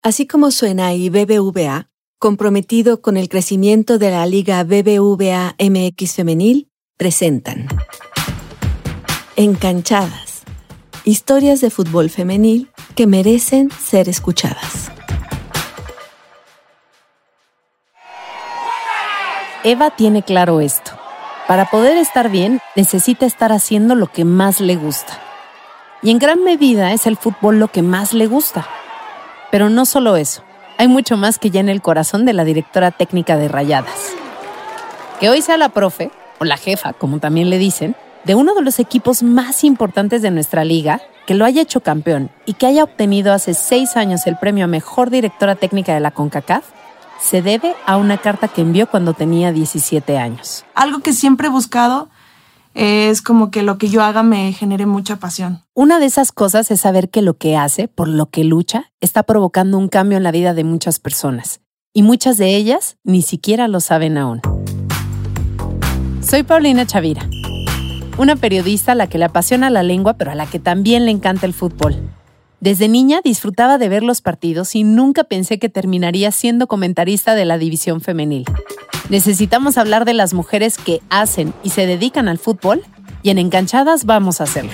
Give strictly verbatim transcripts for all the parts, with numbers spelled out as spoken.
Así como suena y B B V A, comprometido con el crecimiento de la Liga B B V A M X Femenil, presentan Encanchadas, historias de fútbol femenil que merecen ser escuchadas. Eva tiene claro esto. Para poder estar bien, necesita estar haciendo lo que más le gusta. Y en gran medida es el fútbol lo que más le gusta. Pero no solo eso, hay mucho más que llena el corazón de la directora técnica de Rayadas. Que hoy sea la profe, o la jefa, como también le dicen, de uno de los equipos más importantes de nuestra liga, que lo haya hecho campeón y que haya obtenido hace seis años el premio a Mejor Directora Técnica de la CONCACAF, se debe a una carta que envió cuando tenía diecisiete años. Algo que siempre he buscado es como que lo que yo haga me genere mucha pasión. Una de esas cosas es saber que lo que hace, por lo que lucha, está provocando un cambio en la vida de muchas personas. Y muchas de ellas ni siquiera lo saben aún. Soy Paulina Chavira, una periodista a la que le apasiona la lengua, pero a la que también le encanta el fútbol. Desde niña disfrutaba de ver los partidos y nunca pensé que terminaría siendo comentarista de la división femenil. Necesitamos hablar de las mujeres que hacen y se dedican al fútbol, y en Encanchadas vamos a hacerlo.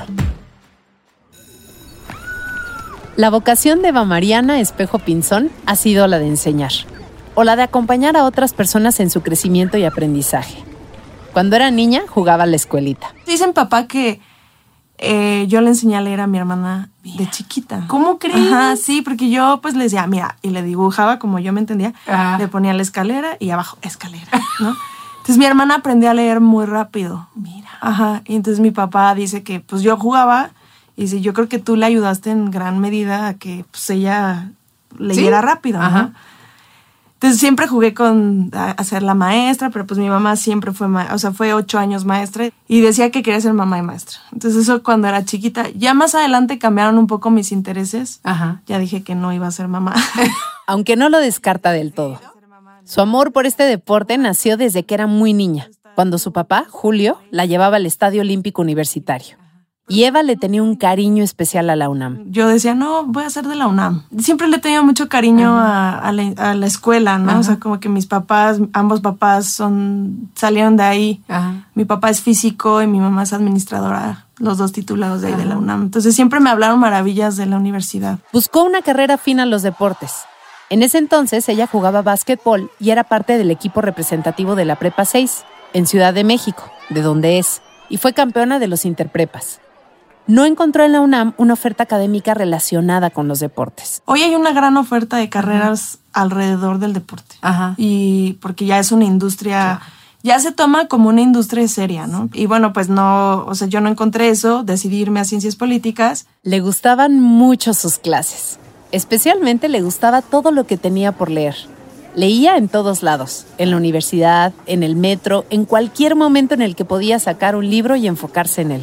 La vocación de Eva Mariana Espejo Pinzón ha sido la de enseñar, o la de acompañar a otras personas en su crecimiento y aprendizaje. Cuando era niña, jugaba a la escuelita. Dicen papá que eh, yo le enseñé a leer a mi hermana mira, de chiquita. ¿Cómo crees? Ajá, sí, porque yo pues le decía, mira, y le dibujaba como yo me entendía, ah. le ponía la escalera y abajo escalera, ¿no? Entonces mi hermana aprendió a leer muy rápido. Mira. Ajá, y entonces mi papá dice que pues yo jugaba y dice, yo creo que tú le ayudaste en gran medida a que pues ella leyera ¿sí? rápido, Ajá. ¿no? Entonces siempre jugué con a, a ser la maestra, pero pues mi mamá siempre fue, ma- o sea, fue ocho años maestra y decía que quería ser mamá y maestra. Entonces eso cuando era chiquita. Ya más adelante cambiaron un poco mis intereses. Ajá. Ya dije que no iba a ser mamá. Aunque no lo descarta del todo. Su amor por este deporte nació desde que era muy niña, cuando su papá, Julio, la llevaba al Estadio Olímpico Universitario. Y Eva le tenía un cariño especial a la UNAM. Yo decía, no, voy a ser de la UNAM. Siempre le he tenido mucho cariño a, a, la, a la escuela, ¿no? Ajá. O sea, como que mis papás, ambos papás son salieron de ahí. Ajá. Mi papá es físico y mi mamá es administradora, los dos titulados de ahí, ajá, de la UNAM. Entonces siempre me hablaron maravillas de la universidad. Buscó una carrera afín a los deportes. En ese entonces ella jugaba básquetbol y era parte del equipo representativo de la Prepa seis, en Ciudad de México, de donde es, y fue campeona de los Interprepas. No encontró en la UNAM una oferta académica relacionada con los deportes. Hoy hay una gran oferta de carreras ajá, alrededor del deporte. Ajá. Y porque ya es una industria, claro, ya se toma como una industria seria, ¿no? Y bueno, pues no, o sea, yo no encontré eso, decidí irme a ciencias políticas. Le gustaban mucho sus clases. Especialmente le gustaba todo lo que tenía por leer. Leía en todos lados, en la universidad, en el metro, en cualquier momento en el que podía sacar un libro y enfocarse en él.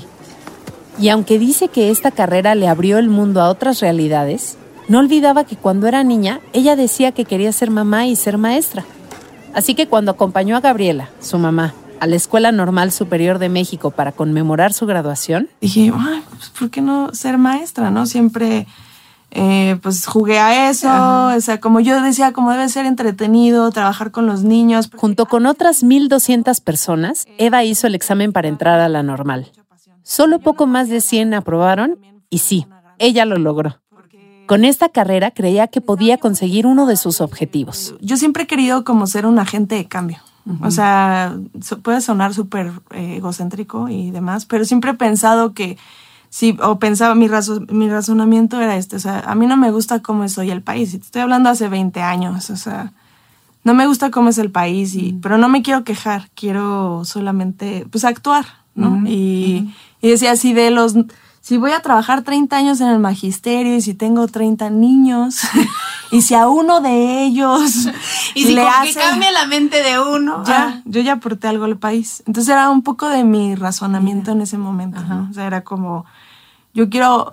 Y aunque dice que esta carrera le abrió el mundo a otras realidades, no olvidaba que cuando era niña, ella decía que quería ser mamá y ser maestra. Así que cuando acompañó a Gabriela, su mamá, a la Escuela Normal Superior de México para conmemorar su graduación, dije, ay, pues, ¿por qué no ser maestra, no? Siempre, eh, pues, jugué a eso. Ajá. O sea, como yo decía, como debe ser entretenido, trabajar con los niños. Junto con otras mil doscientas personas, Eva hizo el examen para entrar a la Normal. Solo poco más de cien aprobaron y sí, ella lo logró. Con esta carrera creía que podía conseguir uno de sus objetivos. Yo siempre he querido como ser un agente de cambio. Uh-huh. O sea, puede sonar súper eh, egocéntrico y demás, pero siempre he pensado que, sí, o pensaba, mi, razo, mi razonamiento era este, o sea, a mí no me gusta cómo es hoy el país. Y te estoy hablando hace veinte años, o sea, no me gusta cómo es el país, y, uh-huh, pero no me quiero quejar, quiero solamente, pues, actuar, ¿no? Uh-huh. Y... Uh-huh. Y decía, si de los, si voy a trabajar treinta años en el magisterio y si tengo treinta niños y si a uno de ellos y si le hace, que cambie la mente de uno, ya, ah. yo ya aporté algo al país. Entonces era un poco de mi razonamiento, yeah, en ese momento, ¿no? O sea, era como, yo quiero,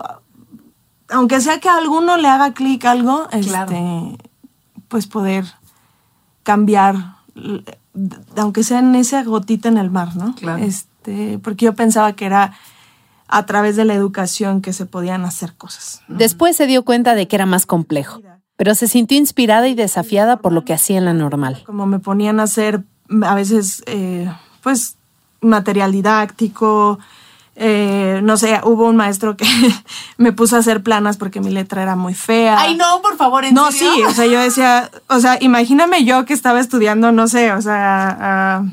aunque sea que a alguno le haga clic algo, claro, este, pues poder cambiar, aunque sea en esa gotita en el mar, ¿no? Claro. Este, porque yo pensaba que era a través de la educación que se podían hacer cosas, ¿no? Después se dio cuenta de que era más complejo, pero se sintió inspirada y desafiada por lo que hacía en la normal. Como me ponían a hacer a veces, eh, pues, material didáctico. Eh, no sé, hubo un maestro que me puso a hacer planas porque mi letra era muy fea. Ay, no, por favor, ¿en No, serio? sí, o sea, yo decía, o sea, imagíname yo que estaba estudiando, no sé, o sea, a,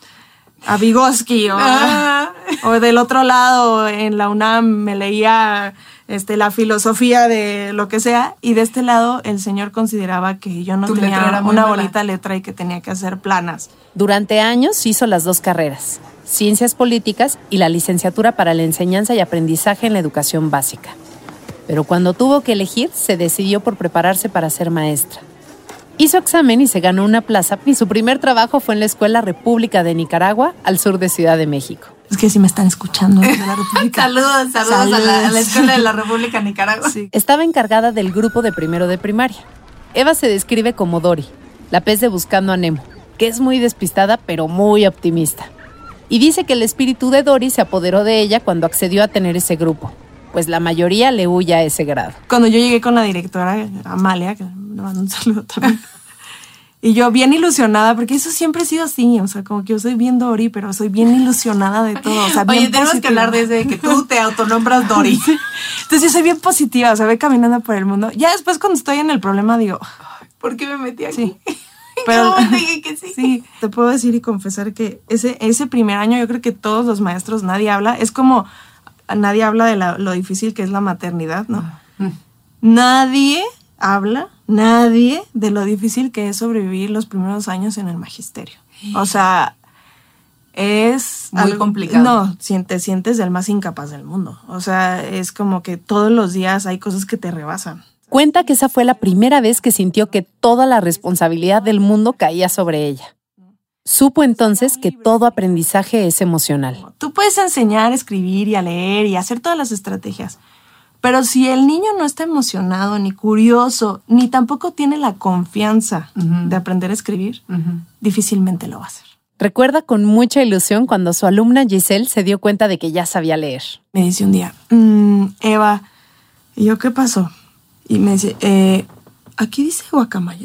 a Vygotsky o, Ah. o del otro lado en la UNAM me leía este, la filosofía de lo que sea, y de este lado el señor consideraba que yo no Tu letra tenía era muy una mala. bonita letra y que tenía que hacer planas. Durante años hizo las dos carreras, Ciencias Políticas y la licenciatura para la enseñanza y aprendizaje en la educación básica. Pero cuando tuvo que elegir, se decidió por prepararse para ser maestra. Hizo examen y se ganó una plaza, y su primer trabajo fue en la Escuela República de Nicaragua, al sur de Ciudad de México. Es que si me están escuchando desde la República. Saludos, saludos, A, la, a la Escuela de la República de Nicaragua. Sí. Estaba encargada del grupo de primero de primaria. Eva se describe como Dory, la pez de Buscando a Nemo, que es muy despistada pero muy optimista. Y dice que el espíritu de Dory se apoderó de ella cuando accedió a tener ese grupo, pues la mayoría le huye a ese grado. Cuando yo llegué con la directora, Amalia, que me mando un saludo también, y yo bien ilusionada, porque eso siempre ha sido así, o sea, como que yo soy bien Dory, pero soy bien ilusionada de todo, o sea, bien Oye, tenemos positiva. que hablar desde que tú te autonombras Dory. Entonces yo soy bien positiva, o sea, voy caminando por el mundo. Ya después cuando estoy en el problema digo, ¿Por qué me metí aquí? sí. Pero no, dije que sí. Sí, te puedo decir y confesar que ese, ese primer año yo creo que todos los maestros, nadie habla, es como nadie habla de la, lo difícil que es la maternidad, ¿no? Mm. Nadie habla, nadie de lo difícil que es sobrevivir los primeros años en el magisterio. O sea, es... Muy algo, complicado. No, si- te sientes el más incapaz del mundo. O sea, es como que todos los días hay cosas que te rebasan. Cuenta que esa fue la primera vez que sintió que toda la responsabilidad del mundo caía sobre ella. Supo entonces que todo aprendizaje es emocional. Tú puedes enseñar a escribir y a leer y a hacer todas las estrategias, pero si el niño no está emocionado, ni curioso, ni tampoco tiene la confianza Ujú. de aprender a escribir, Uh-huh. difícilmente lo va a hacer. Recuerda con mucha ilusión cuando su alumna Giselle se dio cuenta de que ya sabía leer. Me dice un día, "Mm, Eva", y yo, ¿qué pasó? Y me dice, eh, aquí dice guacamaya.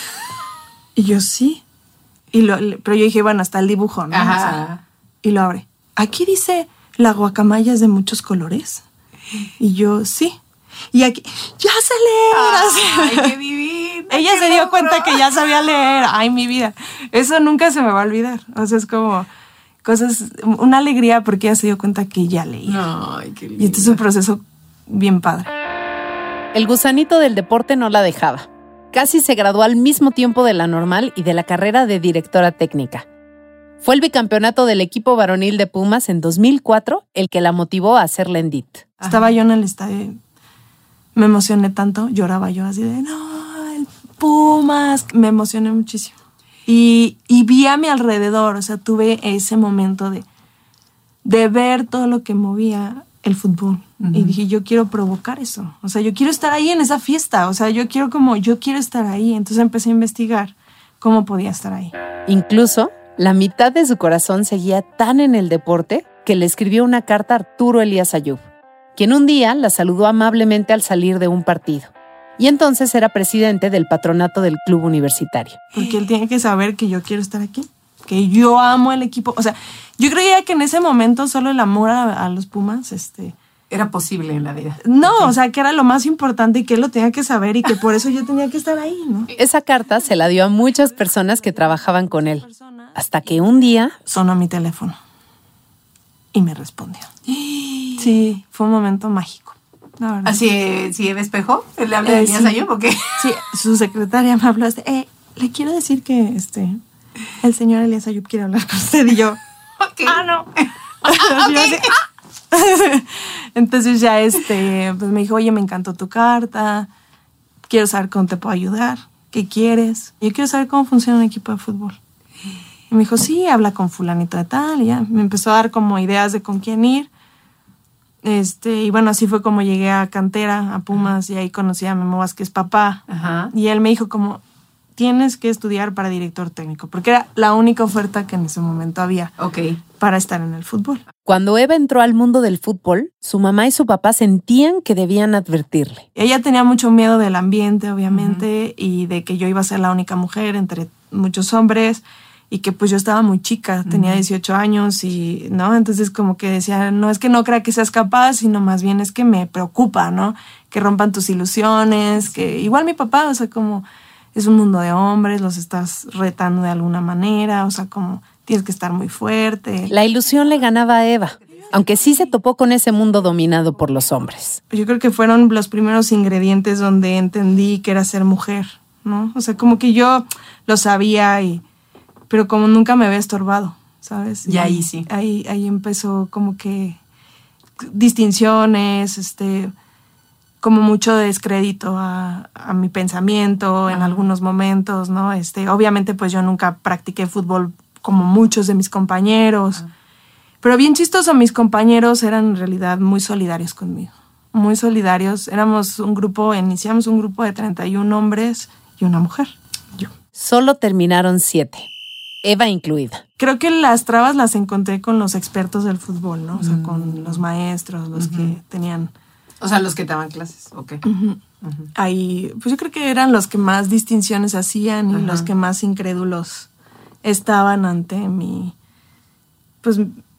Y yo, sí. Y lo, le- pero yo dije, bueno, hasta el dibujo, ¿no? Ajá. O sea, y lo abre. Aquí dice, la guacamaya es de muchos colores. Y yo, sí. Y aquí, ya sé leer. Ay, así. qué divina. Ella qué se dio logro. cuenta que ya sabía leer. Ay, mi vida. Eso nunca se me va a olvidar. O sea, es como cosas, una alegría porque ella se dio cuenta que ya leía. Ay, qué Y este es un proceso bien padre. El gusanito del deporte no la dejaba. Casi se graduó al mismo tiempo de la normal y de la carrera de directora técnica. Fue el bicampeonato del equipo varonil de Pumas en dos mil cuatro el que la motivó a hacer Lendit. Estaba yo en el estadio, me emocioné tanto, lloraba yo así de, no, el Pumas, me emocioné muchísimo. Y, y vi a mi alrededor, o sea, tuve ese momento de, de ver todo lo que movía el fútbol. Uh-huh. Y dije, yo quiero provocar eso, o sea, yo quiero estar ahí en esa fiesta, o sea, yo quiero como, yo quiero estar ahí. Entonces empecé a investigar cómo podía estar ahí. Incluso, la mitad de su corazón seguía tan en el deporte que le escribió una carta a Arturo Elías Ayub, quien un día la saludó amablemente al salir de un partido. Y entonces era presidente del patronato del club universitario. Porque él tiene que saber que yo quiero estar aquí, que yo amo el equipo. O sea, yo creía que en ese momento solo el amor a, a los Pumas, este... Era posible en la vida. No, o sea, que era lo más importante y que él lo tenía que saber y que por eso yo tenía que estar ahí, ¿no? Esa carta se la dio a muchas personas que trabajaban con él, hasta que un día... sonó mi teléfono y me respondió. Sí, fue un momento mágico, la verdad. ¿Así, si Eva Espejo? ¿Le habla de Eh, Elías sí. Ayub o qué? Sí, su secretaria me habló, este, eh, le quiero decir que este, el señor Elías Ayub quiere hablar con usted. Y yo, Ok. ah, no. Yo así, "Ah". Entonces ya este, pues me dijo, oye, me encantó tu carta, quiero saber cómo te puedo ayudar, qué quieres. Yo quiero saber cómo funciona un equipo de fútbol. Y me dijo, sí, habla con fulanito de tal. Y ya me empezó a dar como ideas de con quién ir. Este, y bueno, así fue como llegué a Cantera, a Pumas, y ahí conocí a Memo Vázquez, papá. Ajá. Y él me dijo como, tienes que estudiar para director técnico, porque era la única oferta que en ese momento había Ok. para estar en el fútbol. Cuando Eva entró al mundo del fútbol, su mamá y su papá sentían que debían advertirle. Ella tenía mucho miedo del ambiente, obviamente, uh-huh. y de que yo iba a ser la única mujer entre muchos hombres y que pues yo estaba muy chica, uh-huh. tenía dieciocho años y, ¿no? Entonces como que decía, no es que no crea que seas capaz, sino más bien es que me preocupa, ¿no? Que rompan tus ilusiones, que igual mi papá, o sea, como es un mundo de hombres, los estás retando de alguna manera, o sea, como tienes que estar muy fuerte. La ilusión le ganaba a Eva, aunque sí se topó con ese mundo dominado por los hombres. Yo creo que fueron los primeros ingredientes donde entendí que era ser mujer, ¿no? O sea, como que yo lo sabía, y, pero como nunca me había estorbado, ¿sabes? Y, y ahí sí. Ahí, ahí empezó como que distinciones, este, como mucho descrédito a, a mi pensamiento en algunos momentos, ¿no? Este, obviamente pues yo nunca practiqué fútbol como muchos de mis compañeros. Uh-huh. Pero bien chistoso, mis compañeros eran en realidad muy solidarios conmigo. Muy solidarios. Éramos un grupo, iniciamos un grupo de treinta y un hombres y una mujer. Yo. Solo terminaron siete, Eva incluida. Creo que las trabas las encontré con los expertos del fútbol, ¿no? O sea, uh-huh. con los maestros, los uh-huh. que tenían... O sea, los que te daban clases, ok. Uh-huh. Uh-huh. Ahí, pues yo creo que eran los que más distinciones hacían y uh-huh. los que más incrédulos estaban ante mi, pues,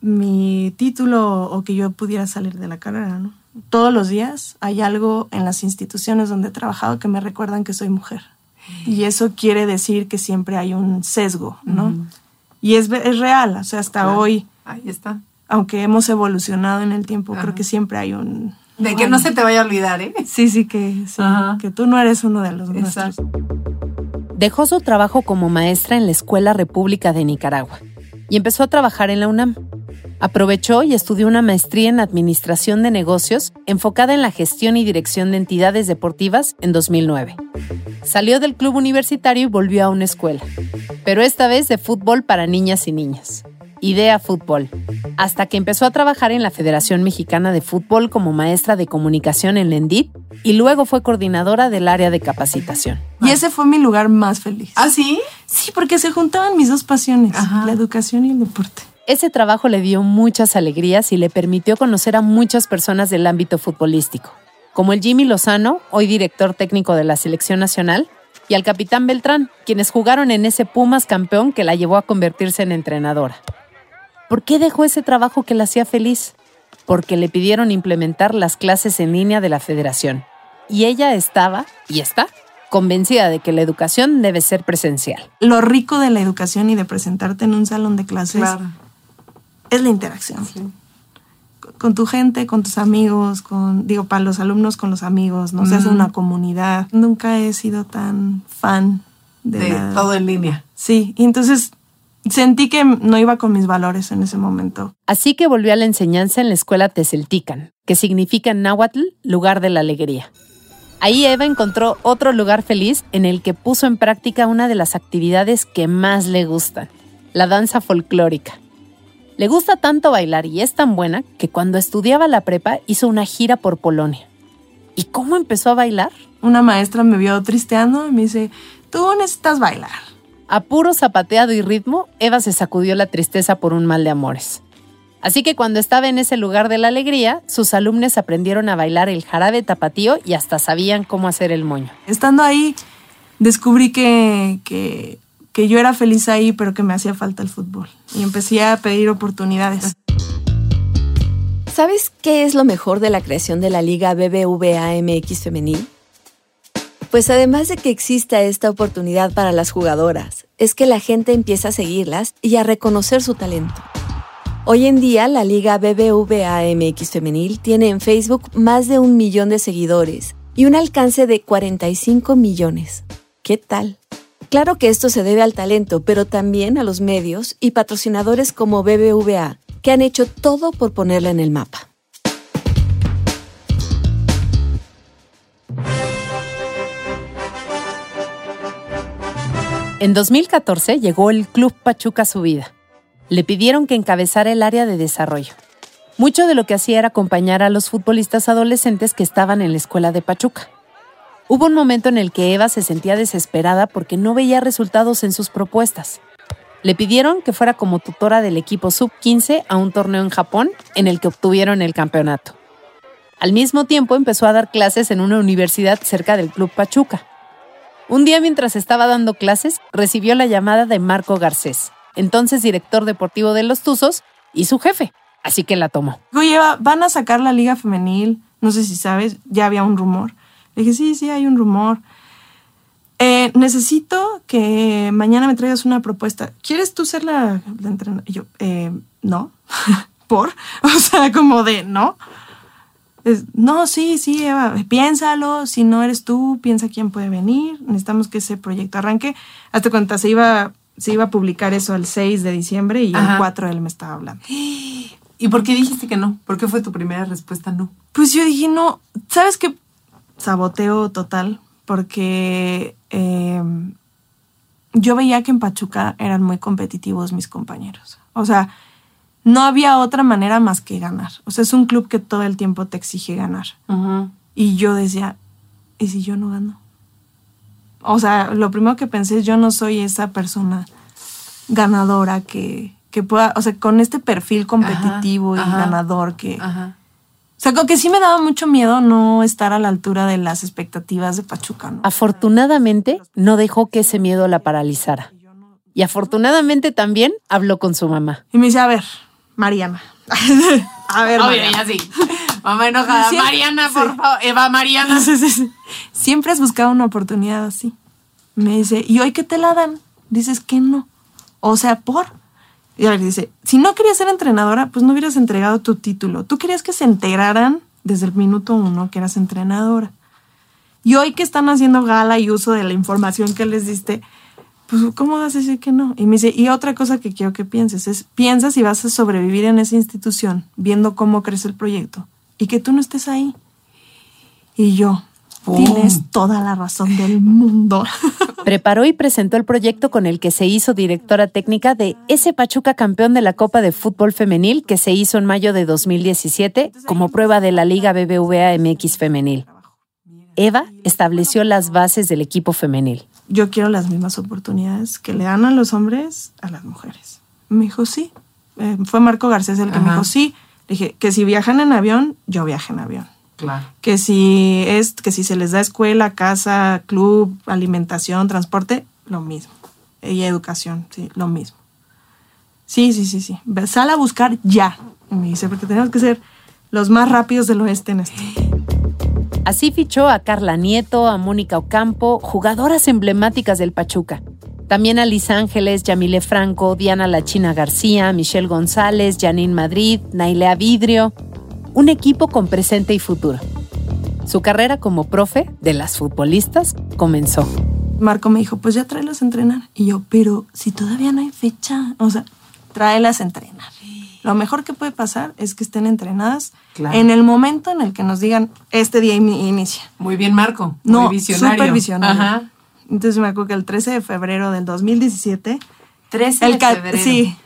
mi título o que yo pudiera salir de la carrera, ¿no? Todos los días hay algo en las instituciones donde he trabajado que me recuerdan que soy mujer. Y eso quiere decir que siempre hay un sesgo, ¿no? Uh-huh. Y es, es real, o sea, hasta claro. hoy. Ahí está. Aunque hemos evolucionado en el tiempo, uh-huh. creo que siempre hay un... De un, que no se te vaya a olvidar, ¿eh? Sí, sí, que, sí, uh-huh. que tú no eres uno de los nuestros. Dejó su trabajo como maestra en la Escuela República de Nicaragua y empezó a trabajar en la UNAM. Aprovechó y estudió una maestría en Administración de Negocios enfocada en la gestión y dirección de entidades deportivas en dos mil nueve. Salió del club universitario y volvió a una escuela, pero esta vez de fútbol para niñas y niños. Idea Fútbol, hasta que empezó a trabajar en la Federación Mexicana de Fútbol como maestra de comunicación en la ENDIT y luego fue coordinadora del área de capacitación. Y ese fue mi lugar más feliz. ¿Ah, sí? Sí, porque se juntaban mis dos pasiones, Ajá. la educación y el deporte. Ese trabajo le dio muchas alegrías y le permitió conocer a muchas personas del ámbito futbolístico, como el Jimmy Lozano, hoy director técnico de la Selección Nacional, y al capitán Beltrán, quienes jugaron en ese Pumas campeón que la llevó a convertirse en entrenadora. ¿Por qué dejó ese trabajo que la hacía feliz? Porque le pidieron implementar las clases en línea de la federación. Y ella estaba, y está, convencida de que la educación debe ser presencial. Lo rico de la educación y de presentarte en un salón de clases claro. es la interacción. Sí. Con tu gente, con tus amigos, con digo, para los alumnos, con los amigos, ¿no? Mm. Se hace una comunidad. Nunca he sido tan fan de, de la... todo en línea. Sí, y entonces... sentí que no iba con mis valores en ese momento. Así que volvió a la enseñanza en la escuela Tezeltican, que significa en náhuatl, lugar de la alegría. Ahí Eva encontró otro lugar feliz en el que puso en práctica una de las actividades que más le gustan, la danza folclórica. Le gusta tanto bailar y es tan buena que cuando estudiaba la prepa hizo una gira por Polonia. ¿Y cómo empezó a bailar? Una maestra me vio tristeando y me dice, tú necesitas bailar. A puro zapateado y ritmo, Eva se sacudió la tristeza por un mal de amores. Así que cuando estaba en ese lugar de la alegría, sus alumnos aprendieron a bailar el jarabe tapatío y hasta sabían cómo hacer el moño. Estando ahí, descubrí que, que, que yo era feliz ahí, pero que me hacía falta el fútbol. Y empecé a pedir oportunidades. ¿Sabes qué es lo mejor de la creación de la Liga B B V A M X Femenil? Pues además de que exista esta oportunidad para las jugadoras, es que la gente empieza a seguirlas y a reconocer su talento. Hoy en día, la Liga B B V A M X Femenil tiene en Facebook más de un millón de seguidores y un alcance de cuarenta y cinco millones. ¿Qué tal? Claro que esto se debe al talento, pero también a los medios y patrocinadores como B B V A, que han hecho todo por ponerla en el mapa. En dos mil catorce llegó el Club Pachuca a su vida. Le pidieron que encabezara el área de desarrollo. Mucho de lo que hacía era acompañar a los futbolistas adolescentes que estaban en la escuela de Pachuca. Hubo un momento en el que Eva se sentía desesperada porque no veía resultados en sus propuestas. Le pidieron que fuera como tutora del equipo sub quince a un torneo en Japón en el que obtuvieron el campeonato. Al mismo tiempo empezó a dar clases en una universidad cerca del Club Pachuca. Un día mientras estaba dando clases, recibió la llamada de Marco Garcés, entonces director deportivo de los Tuzos y su jefe, así que la tomó. Oye, van a sacar la liga femenil, no sé si sabes, ya había un rumor. Le dije, sí, sí, hay un rumor. Eh, necesito que mañana me traigas una propuesta. ¿Quieres tú ser la, la entrenadora? Y yo, eh, no. ¿Por? O sea, como de, ¿no? Es, no, sí, sí, Eva, piénsalo. Si no eres tú, piensa quién puede venir. Necesitamos que ese proyecto arranque. Hasta cuenta, se iba, se iba a publicar eso el seis de diciembre y Ajá. el cuatro él me estaba hablando. ¿Y por qué dijiste que no? ¿Por qué fue tu primera respuesta no? Pues yo dije, no, ¿sabes qué? Saboteo total, porque eh, yo veía que en Pachuca eran muy competitivos mis compañeros. O sea, no había otra manera más que ganar. O sea, es un club que todo el tiempo te exige ganar. Uh-huh. Y yo decía, ¿y si yo no gano? O sea, lo primero que pensé es, yo no soy esa persona ganadora que, que pueda, o sea, con este perfil competitivo ajá, y ajá, ganador que... Ajá. O sea, como que sí me daba mucho miedo no estar a la altura de las expectativas de Pachuca, ¿no? Afortunadamente, no dejó que ese miedo la paralizara. Y afortunadamente también habló con su mamá. Y me dice, a ver, Mariana. a ver, Oye, Mariana. Sí. Mamá enojada. Siempre, Mariana, por sí. favor. Eva, Mariana. Sí, sí, sí. Siempre has buscado una oportunidad así. Me dice, ¿y hoy qué te la dan? Dices que no. O sea, ¿por? Y a ver, dice, si no querías ser entrenadora, pues no hubieras entregado tu título. Tú querías que se integraran desde el minuto uno que eras entrenadora. Y hoy que están haciendo gala y uso de la información que les diste, pues ¿cómo vas a decir que no? Y me dice, y otra cosa que quiero que pienses es, piensa si vas a sobrevivir en esa institución, viendo cómo crece el proyecto, y que tú no estés ahí. Y yo, ¡pum! Tienes toda la razón del mundo. Preparó y presentó el proyecto con el que se hizo directora técnica de ese Pachuca campeón de la Copa de Fútbol Femenil que se hizo en mayo de dos mil diecisiete como prueba de la Liga B B V A M X Femenil. Eva estableció las bases del equipo femenil. Yo quiero las mismas oportunidades que le dan a los hombres a las mujeres. Me dijo, sí. Eh, fue Marco Garcés el que Ajá. me dijo, sí. Le dije, que si viajan en avión, yo viaje en avión. Claro. Que si es, que si se les da escuela, casa, club, alimentación, transporte, lo mismo. Y educación, sí, lo mismo. Sí, sí, sí, sí. Sal a buscar ya. Y me dice, porque tenemos que ser los más rápidos del oeste en esto. Así fichó a Carla Nieto, a Mónica Ocampo, jugadoras emblemáticas del Pachuca. También a Liz Ángeles, Yamile Franco, Diana La China García, Michelle González, Janine Madrid, Nailea Vidrio. Un equipo con presente y futuro. Su carrera como profe de las futbolistas comenzó. Marco me dijo, pues ya tráelas a entrenar. Y yo, pero si todavía no hay fecha, o sea, tráelas a entrenar. Lo mejor que puede pasar es que estén entrenadas claro. en el momento en el que nos digan, este día inicia. Muy bien, Marco. Muy no, visionario. Súper visionario. Ajá. Entonces me acuerdo que el trece de febrero del dos mil diecisiete. trece el de febrero. Sí,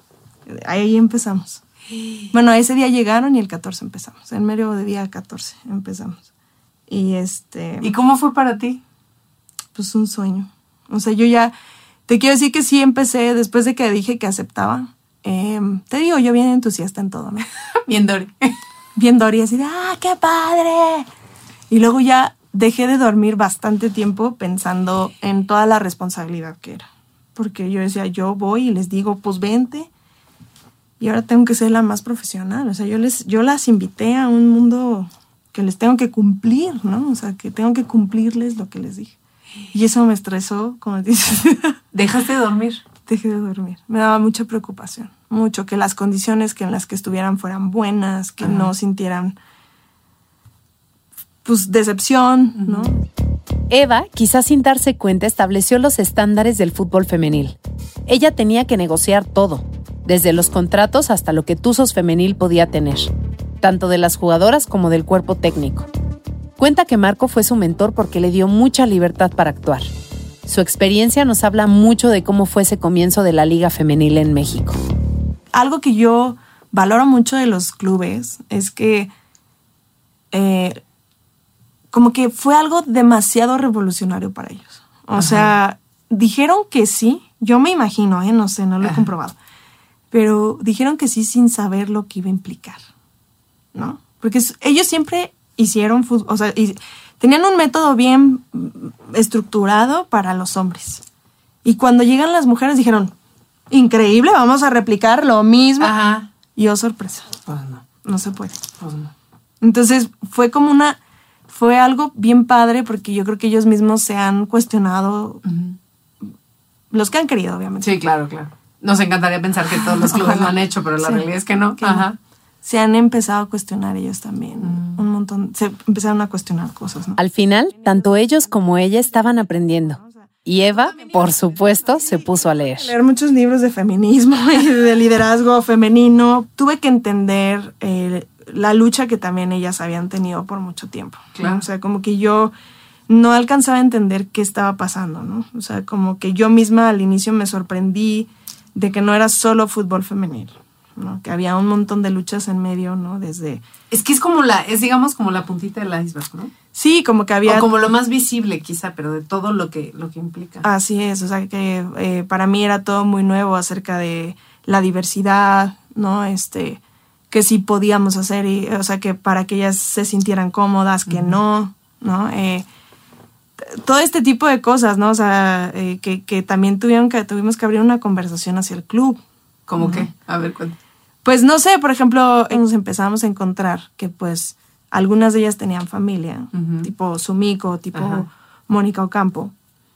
ahí empezamos. Bueno, ese día llegaron y el catorce empezamos. En medio de día catorce empezamos. Y este... ¿Y cómo fue para ti? Pues un sueño. O sea, yo ya... Te quiero decir que sí empecé después de que dije que aceptaba. Eh, te digo, yo bien entusiasta en todo, ¿no? Bien Dori. Bien Dori, así de, ¡ah, qué padre! Y luego ya dejé de dormir bastante tiempo pensando en toda la responsabilidad que era. Porque yo decía, yo voy y les digo, pues vente. Y ahora tengo que ser la más profesional. O sea, yo les, yo las invité a un mundo que les tengo que cumplir, ¿no? O sea, que tengo que cumplirles lo que les dije. Y eso me estresó, como dices. ¿Dejaste de dormir? Dejé de dormir. Me daba mucha preocupación. Mucho. Que las condiciones que en las que estuvieran fueran buenas, que Ajá. no sintieran, pues, decepción, ¿no? Eva, quizás sin darse cuenta, estableció los estándares del fútbol femenil. Ella tenía que negociar todo. Desde los contratos hasta lo que Tuzos Femenil podía tener, tanto de las jugadoras como del cuerpo técnico. Cuenta que Marco fue su mentor porque le dio mucha libertad para actuar. Su experiencia nos habla mucho de cómo fue ese comienzo de la Liga Femenil en México. Algo que yo valoro mucho de los clubes es que eh, como que fue algo demasiado revolucionario para ellos. O Ajá. sea, dijeron que sí. yo me imagino, ¿eh? No sé, no lo he Ajá. comprobado, pero dijeron que sí sin saber lo que iba a implicar, ¿no? Porque ellos siempre hicieron fútbol, o sea, y tenían un método bien estructurado para los hombres. Y cuando llegan las mujeres dijeron, increíble, vamos a replicar lo mismo. Ajá. Y oh, sorpresa. Pues no. No se puede. Pues no. Entonces fue como una, fue algo bien padre porque yo creo que ellos mismos se han cuestionado, uh-huh. los que han querido, obviamente. Sí, claro, claro. Nos encantaría pensar que todos los clubes lo han hecho, pero la sí. realidad es que no. Que Ajá. No. Se han empezado a cuestionar ellos también, mm. un montón, se empezaron a cuestionar cosas, ¿no? Al final, tanto ellos como ella estaban aprendiendo. Y Eva, por supuesto, se puso a leer. Leer muchos libros de feminismo y de liderazgo femenino. Tuve que entender eh, la lucha que también ellas habían tenido por mucho tiempo. Claro. ¿no? O sea, como que yo no alcanzaba a entender qué estaba pasando, ¿no? O sea, como que yo misma al inicio me sorprendí de que no era solo fútbol femenil, ¿no? Que había un montón de luchas en medio, ¿no? Desde... Es que es como la, es digamos como la puntita del iceberg, ¿no? Sí, como que había... O como lo más visible quizá, pero de todo lo que, lo que implica. Así es, o sea que eh, para mí era todo muy nuevo acerca de la diversidad, ¿no? Este, que sí podíamos hacer, y, o sea que para que ellas se sintieran cómodas, que uh-huh. no, ¿no? Eh, todo este tipo de cosas, ¿no? O sea, eh, que, que también tuvieron que, tuvimos que abrir una conversación hacia el club. ¿Cómo ¿no? qué? A ver, cuéntame. Pues no sé, por ejemplo, nos empezamos a encontrar que pues algunas de ellas tenían familia, uh-huh. tipo Sumiko, tipo uh-huh. Mónica Ocampo,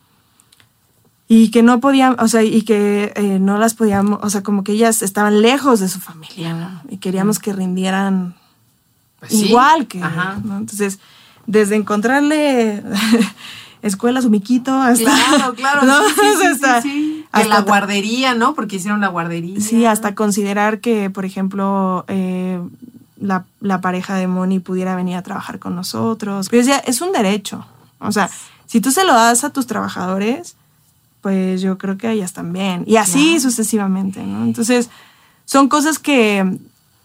y que no podían, o sea, y que eh, no las podíamos, o sea, como que ellas estaban lejos de su familia, ¿no? Y queríamos uh-huh. que rindieran pues igual sí. que, uh-huh. ¿no? Entonces, desde encontrarle escuela Sumiquito hasta... Claro, claro, ¿no? sí, sí, sí, hasta, sí, sí. hasta que la guardería, ¿no? Porque hicieron la guardería. Sí, hasta considerar que, por ejemplo, eh, la, la pareja de Moni pudiera venir a trabajar con nosotros. Pero decía, es un derecho. O sea, si tú se lo das a tus trabajadores, pues yo creo que a ellas también. Y así claro. sucesivamente, ¿no? Entonces, son cosas que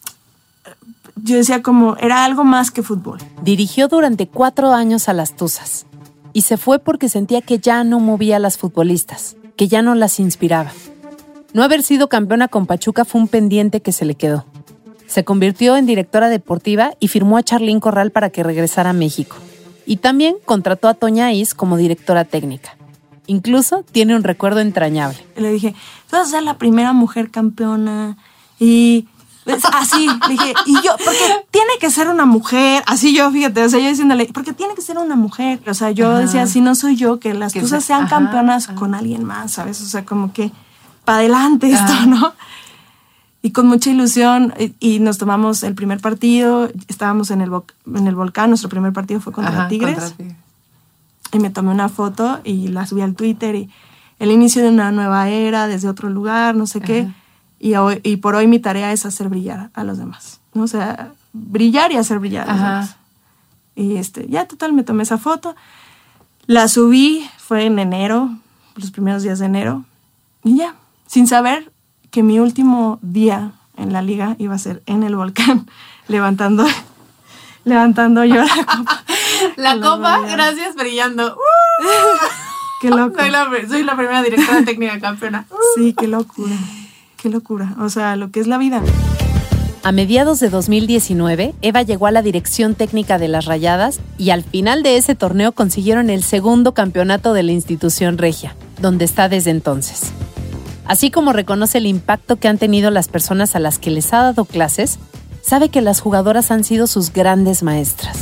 yo decía como, era algo más que fútbol. Dirigió durante cuatro años a las Tuzas. Y se fue porque sentía que ya no movía a las futbolistas, que ya no las inspiraba. No haber sido campeona con Pachuca fue un pendiente que se le quedó. Se convirtió en directora deportiva y firmó a Charlín Corral para que regresara a México. Y también contrató a Toña Is como directora técnica. Incluso tiene un recuerdo entrañable. Le dije, tú vas a ser la primera mujer campeona y... Así, le dije, y yo, porque tiene que ser una mujer, así yo, fíjate, o sea, yo diciéndole, porque tiene que ser una mujer, o sea, yo ajá. decía, si no soy yo, que las cosas sean ajá, campeonas ajá. con alguien más, ¿sabes? O sea, como que, para adelante esto, ajá. ¿no? Y con mucha ilusión, y, y nos tomamos el primer partido, estábamos en el, en el volcán, nuestro primer partido fue contra ajá, Tigres, contra Tigres, y me tomé una foto y la subí al Twitter, y el inicio de una nueva era, desde otro lugar, no sé ajá. qué. Y, hoy, y por hoy mi tarea es hacer brillar a los demás, ¿no? O sea, brillar y hacer brillar a los Ajá. demás. Y este, ya total, me tomé esa foto. La subí, fue en enero, los primeros días de enero. Y ya, sin saber que mi último día en la liga iba a ser en el volcán, levantando, levantando yo la copa. La copa, gracias, brillando. Qué loco. Soy la, soy la primera directora técnica campeona. Sí, qué locura. Qué locura, o sea, lo que es la vida. A mediados de dos mil diecinueve, Eva llegó a la dirección técnica de las Rayadas y al final de ese torneo consiguieron el segundo campeonato de la institución regia, donde está desde entonces. Así como reconoce el impacto que han tenido las personas a las que les ha dado clases, sabe que las jugadoras han sido sus grandes maestras.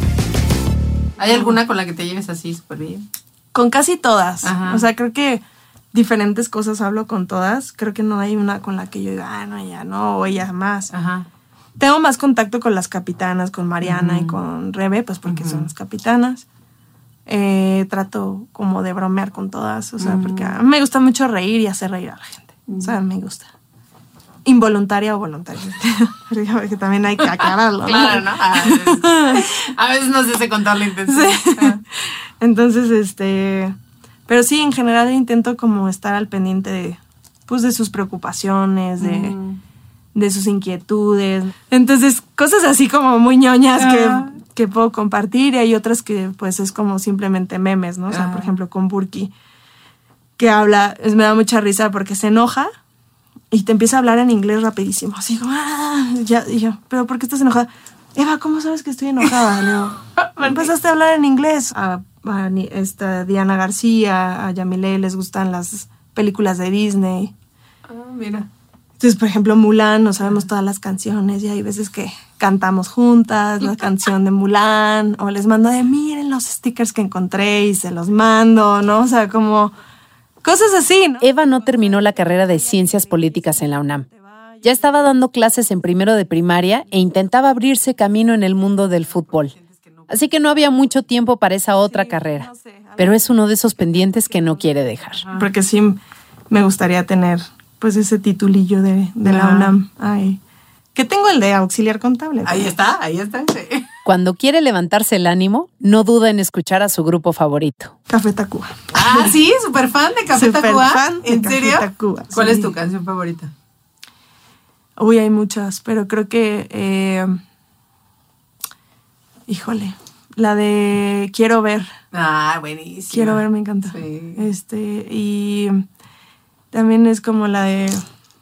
¿Hay alguna con la que te lleves así súper bien? Con casi todas. Ajá. O sea, creo que diferentes cosas hablo con todas. Creo que no hay una con la que yo diga, ah, no, ella no, o ella más. Ajá. Tengo más contacto con las capitanas, con Mariana uh-huh. y con Rebe, pues porque uh-huh. son las capitanas. Eh, trato como de bromear con todas, o sea, uh-huh. porque a mí me gusta mucho reír y hacer reír a la gente. Uh-huh. O sea, me gusta. Involuntaria o voluntaria. Porque también hay que aclararlo, ¿no? Claro, ¿no? A veces, a veces no se hace con toda la intención. Sí. Ah. Entonces, este... Pero sí, en general intento como estar al pendiente de, pues, de sus preocupaciones, de, mm. de sus inquietudes. Entonces, cosas así como muy ñoñas ah. que, que puedo compartir, y hay otras que pues es como simplemente memes, ¿no? O sea, ah. por ejemplo, con Burki. que habla, es, me da mucha risa porque se enoja y te empieza a hablar en inglés rapidísimo. Así como, ah, ya, y yo, ¿pero por qué estás enojada? Eva, ¿cómo sabes que estoy enojada? Le digo, empezaste a hablar en inglés. A, a esta Diana García, a Yamile les gustan las películas de Disney. Ah, mira. Entonces, por ejemplo, Mulan, no sabemos todas las canciones y hay veces que cantamos juntas la canción de Mulan o les mando de, miren los stickers que encontré y se los mando, ¿no? O sea, como cosas así, ¿no? Eva no terminó la carrera de Ciencias Políticas en la UNAM. Ya estaba dando clases en primero de primaria e intentaba abrirse camino en el mundo del fútbol. Así que no había mucho tiempo para esa otra carrera. Pero es uno de esos pendientes que no quiere dejar. Porque sí me gustaría tener pues ese titulillo de, de la UNAM. Ay, que tengo el de auxiliar contable. Ahí está, ahí está. Sí. Cuando quiere levantarse el ánimo, no duda en escuchar a su grupo favorito. Café Tacuba. Ah, sí, súper fan de Café Super Tacuba. Fan de ¿En Café serio? Tacuba, ¿Cuál sí. es tu canción favorita? Uy, hay muchas, pero creo que... Eh, híjole, la de Quiero Ver. Ah, buenísima. Quiero Ver, me encanta. Sí. Este, y también es como la de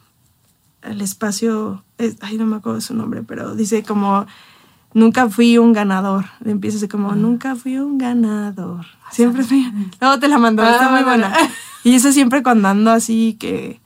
El Espacio... Es, ay, no me acuerdo de su nombre, pero dice como... Nunca fui un ganador. Empieza así como, nunca fui un ganador. Siempre fui... Luego te la mandó, Ah, está muy bueno. buena. Y eso siempre cuando ando así que...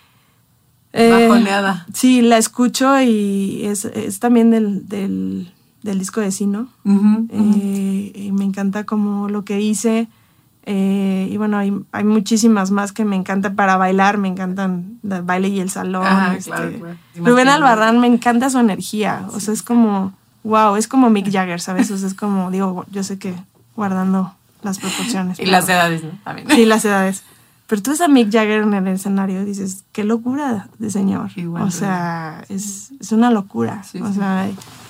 Eh, Bajoneada. Sí, la escucho y es, es también del, del, del disco de Sino. Uh-huh, eh, uh-huh. Y me encanta como lo que hice. Eh, y bueno, hay, hay muchísimas más que me encantan para bailar. Me encantan el baile y el salón. Ah, este. claro, claro. Rubén Albarrán, me encanta su energía. O sea, es como, wow, es como Mick Jagger, ¿sabes? O sea, es como, digo, yo sé que guardando las proporciones. Y pero- las edades, ¿no? También. Sí, las edades. Pero tú ves a Mick Jagger en el escenario y dices, qué locura de señor. Igual, o sea, es, es una locura. Sí, o sí. sea,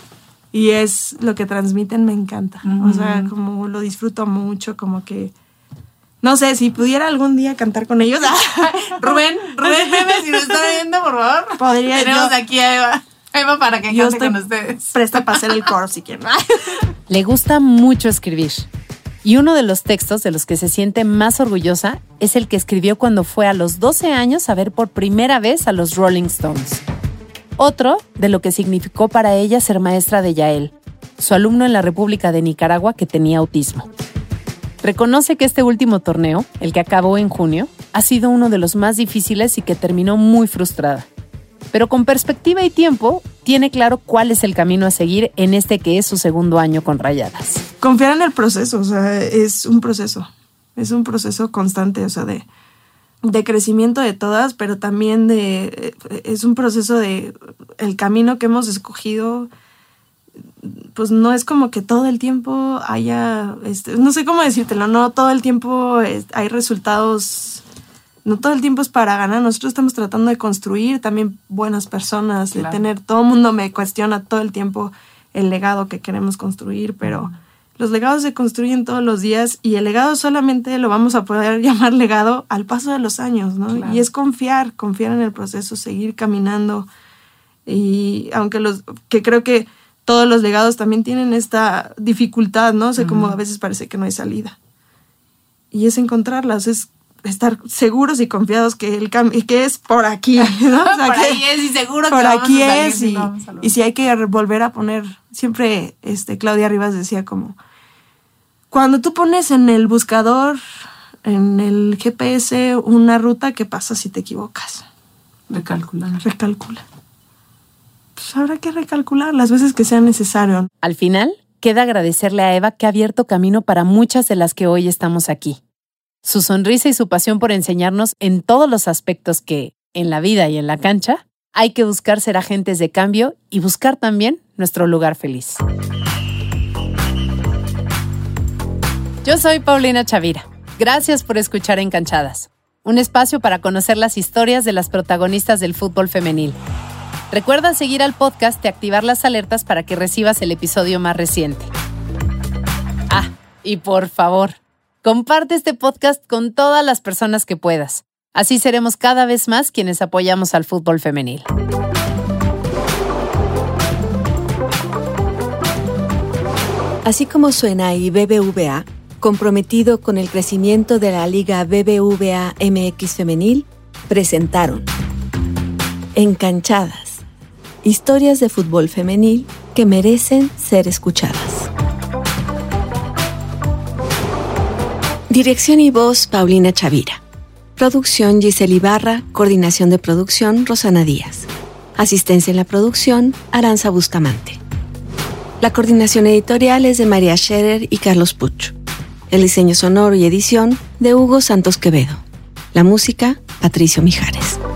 y es lo que transmiten, me encanta. Uh-huh. O sea, como lo disfruto mucho, como que... No sé, si pudiera algún día cantar con ellos, Rubén, Rubén, Bebe, si nos está viendo, por favor. podría Tenemos yo... aquí a Eva. Eva para que Yo cante estoy con ustedes. presta para hacer el coro si quieren. Le gusta mucho escribir. Y uno de los textos de los que se siente más orgullosa es el que escribió cuando fue a los doce años a ver por primera vez a los Rolling Stones. Otro de lo que significó para ella ser maestra de Yael, su alumno en la República de Nicaragua que tenía autismo. Reconoce que este último torneo, el que acabó en junio, ha sido uno de los más difíciles y que terminó muy frustrada. Pero con perspectiva y tiempo, tiene claro cuál es el camino a seguir en este que es su segundo año con Rayadas. Confiar en el proceso, o sea, es un proceso. Es un proceso constante, o sea, de, de crecimiento de todas, pero también de... Es un proceso de... El camino que hemos escogido, pues no es como que todo el tiempo haya... Este, no sé cómo decírtelo, no todo el tiempo es, hay resultados... No todo el tiempo es para ganar. Nosotros estamos tratando de construir también buenas personas, Claro. de tener... Todo el mundo me cuestiona todo el tiempo el legado que queremos construir, pero... Uh-huh. Los legados se construyen todos los días y el legado solamente lo vamos a poder llamar legado al paso de los años, ¿no? Claro. Y es confiar, confiar en el proceso, seguir caminando. Y aunque los... que creo que todos los legados también tienen esta dificultad, ¿no? O sea, uh-huh. como a veces parece que no hay salida. Y es encontrarlas, es estar seguros y confiados que el cambio, que es por aquí, ¿no? O sea, por que ahí es y seguro que por vamos aquí a salir, es si y, no, vamos a y si hay que volver a poner, siempre este Claudia Rivas decía como, cuando tú pones en el buscador, en el G P S, una ruta, ¿qué pasa si te equivocas? Recalcular. Recalcula. Pues habrá que recalcular las veces que sea necesario. Al final, queda agradecerle a Eva que ha abierto camino para muchas de las que hoy estamos aquí. Su sonrisa y su pasión por enseñarnos en todos los aspectos que, en la vida y en la cancha, hay que buscar ser agentes de cambio y buscar también nuestro lugar feliz. Yo soy Paulina Chavira. Gracias por escuchar Encanchadas, un espacio para conocer las historias de las protagonistas del fútbol femenil. Recuerda seguir al podcast y activar las alertas para que recibas el episodio más reciente. Ah, y por favor, comparte este podcast con todas las personas que puedas. Así seremos cada vez más quienes apoyamos al fútbol femenil. Así como suena y B B V A, comprometido con el crecimiento de la Liga B B V A M X Femenil, presentaron Encanchadas, historias de fútbol femenil que merecen ser escuchadas. Dirección y voz, Paulina Chavira. Producción, Giselle Ibarra. Coordinación de producción, Rosana Díaz. Asistencia en la producción, Aranza Bustamante. La coordinación editorial es de María Scherer y Carlos Puch. El diseño sonoro y edición de Hugo Santos Quevedo. La música, Patricio Mijares.